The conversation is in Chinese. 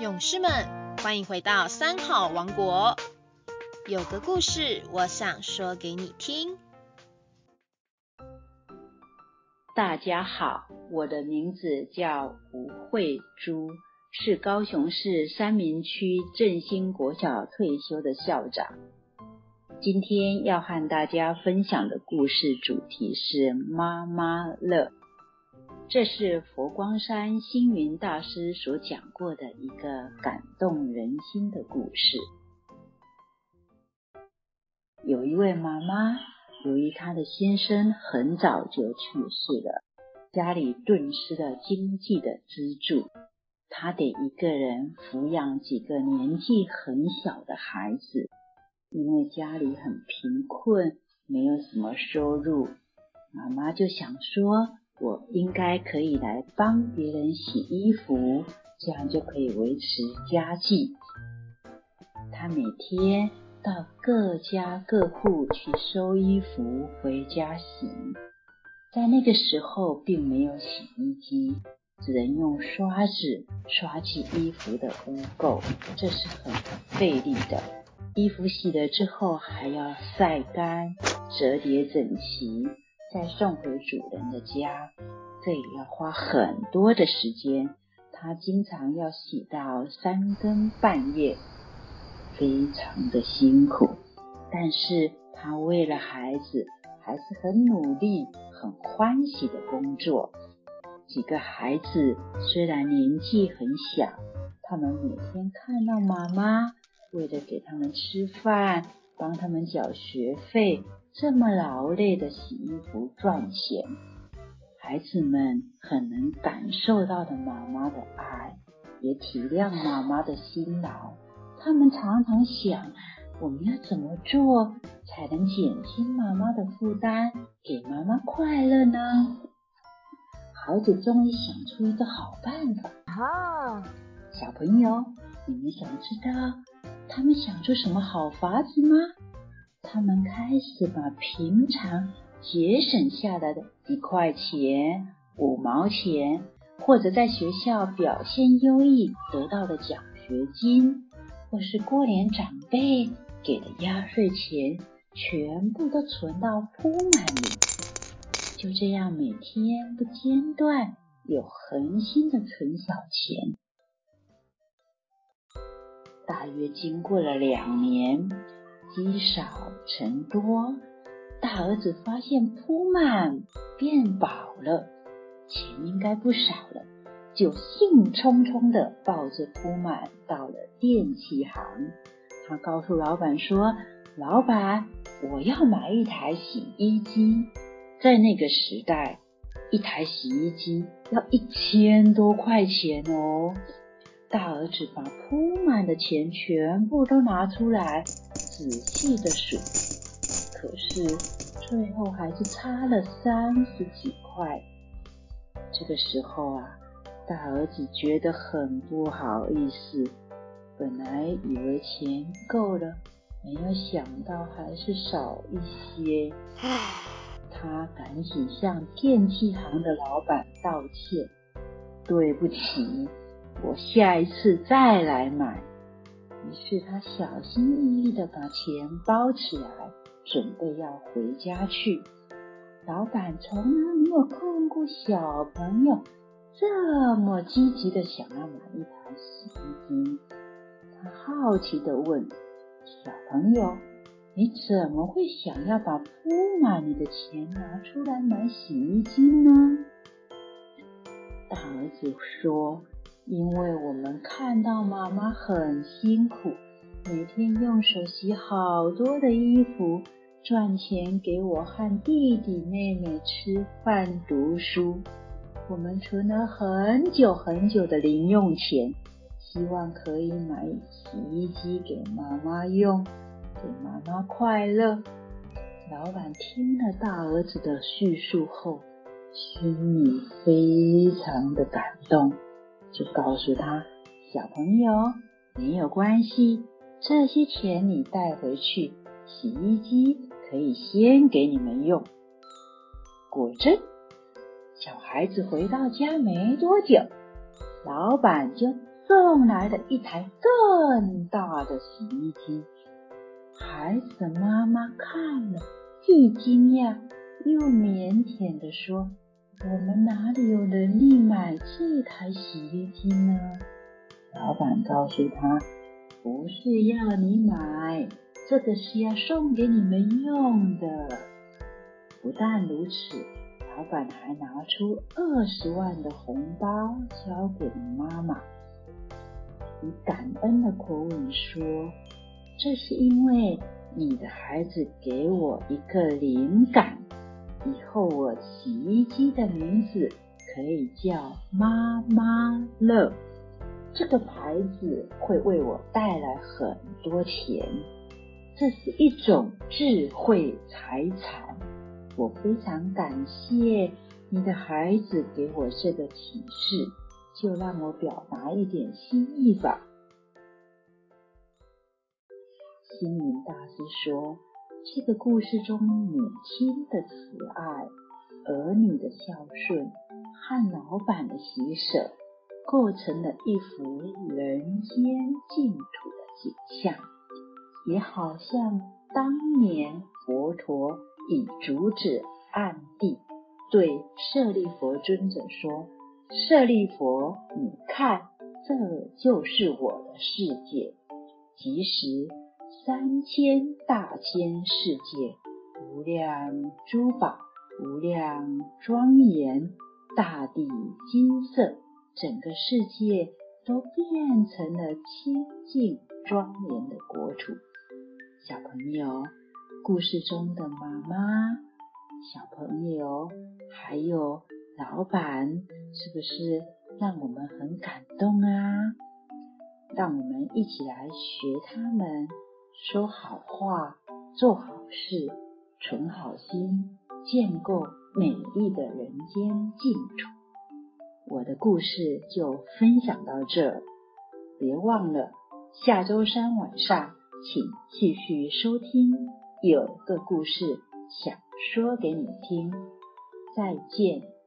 勇士们，欢迎回到三好王国。有个故事，我想说给你听。 大家好，我的名字叫吴慧珠，是高雄市三民区振兴国小退休的校长。今天要和大家分享的故事主题是妈妈乐。这是佛光山星云大师所讲过的一个感动人心的故事。有一位妈妈，由于她的先生很早就去世了，家里顿失了经济的支柱，她得一个人抚养几个年纪很小的孩子。因为家里很贫困，没有什么收入，妈妈就想说，我应该可以来帮别人洗衣服，这样就可以维持家计。她每天到各家各户去收衣服回家洗，在那个时候并没有洗衣机，只能用刷子刷去衣服的污垢，这是很费力的。衣服洗了之后还要晒干，折叠整齐，再送回主人的家，这也要花很多的时间。他经常要洗到3更半夜，非常的辛苦。但是他为了孩子，还是很努力、很欢喜的工作。几个孩子虽然年纪很小，他们每天看到妈妈为了给他们吃饭，帮他们缴学费，这么劳累的洗衣服赚钱，孩子们很能感受到的妈妈的爱，也体谅妈妈的辛劳。他们常常想，我们要怎么做才能减轻妈妈的负担，给妈妈快乐呢？孩子终于想出一个好办法。小朋友，你们想知道他们想出什么好法子吗？他们开始把平常节省下来的1块钱、5毛钱，或者在学校表现优异得到的奖学金，或是过年长辈给的压岁钱，全部都存到铺满里。就这样每天不间断，有恒心的存小钱。大约经过了2年，积少成多，大儿子发现铺满变饱了，钱应该不少了，就兴冲冲地抱着铺满到了电器行。他告诉老板说，老板，我要买一台洗衣机。在那个时代，一台洗衣机要1000多块钱哦。大儿子把铺满的钱全部都拿出来，仔细的数，可是最后还是差了30几块。这个时候啊，大儿子觉得很不好意思，本来以为钱够了，没有想到还是少一些。他赶紧向电器行的老板道歉，对不起，我下一次再来买。于是他小心翼翼地把钱包起来，准备要回家去。老板从来没有看过小朋友这么积极地想要买一台洗衣机。他好奇地问，小朋友，你怎么会想要把铺满你的钱拿出来买洗衣机呢？大儿子说，因为我们看到妈妈很辛苦，每天用手洗好多的衣服，赚钱给我和弟弟妹妹吃饭读书。我们存了很久很久的零用钱，希望可以买洗衣机给妈妈用，给妈妈快乐。老板听了大儿子的叙述后，心里非常的感动，就告诉他，小朋友，没有关系，这些钱你带回去，洗衣机可以先给你们用。果真，小孩子回到家没多久，老板就送来了一台更大的洗衣机。孩子的妈妈看了，既惊讶又腼腆地说：我们哪里有能力买这台洗衣机呢？老板告诉他，不是要你买，这个是要送给你们用的。不但如此，老板还拿出20万的红包交给了妈妈，以感恩的口吻说，这是因为你的孩子给我一个灵感，以后我洗衣机的名字可以叫妈妈乐，这个牌子会为我带来很多钱，这是一种智慧财产。我非常感谢你的孩子给我这个启示，就让我表达一点心意吧。星云大师说，这个故事中母亲的慈爱、儿女的孝顺和老板的喜舍，构成了一幅人间净土的景象，也好像当年佛陀以竹子按地对舍利弗尊者说，舍利弗，你看，这就是我的世界。即使3000大千世界，无量珠宝，无量庄严，大地金色，整个世界都变成了清净庄严的国土。小朋友，故事中的妈妈、小朋友还有老板，是不是让我们很感动啊？让我们一起来学他们，说好话，做好事，存好心，建构美丽的人间净土。我的故事就分享到这，别忘了下周3晚上请继续收听，有个故事想说给你听。再见。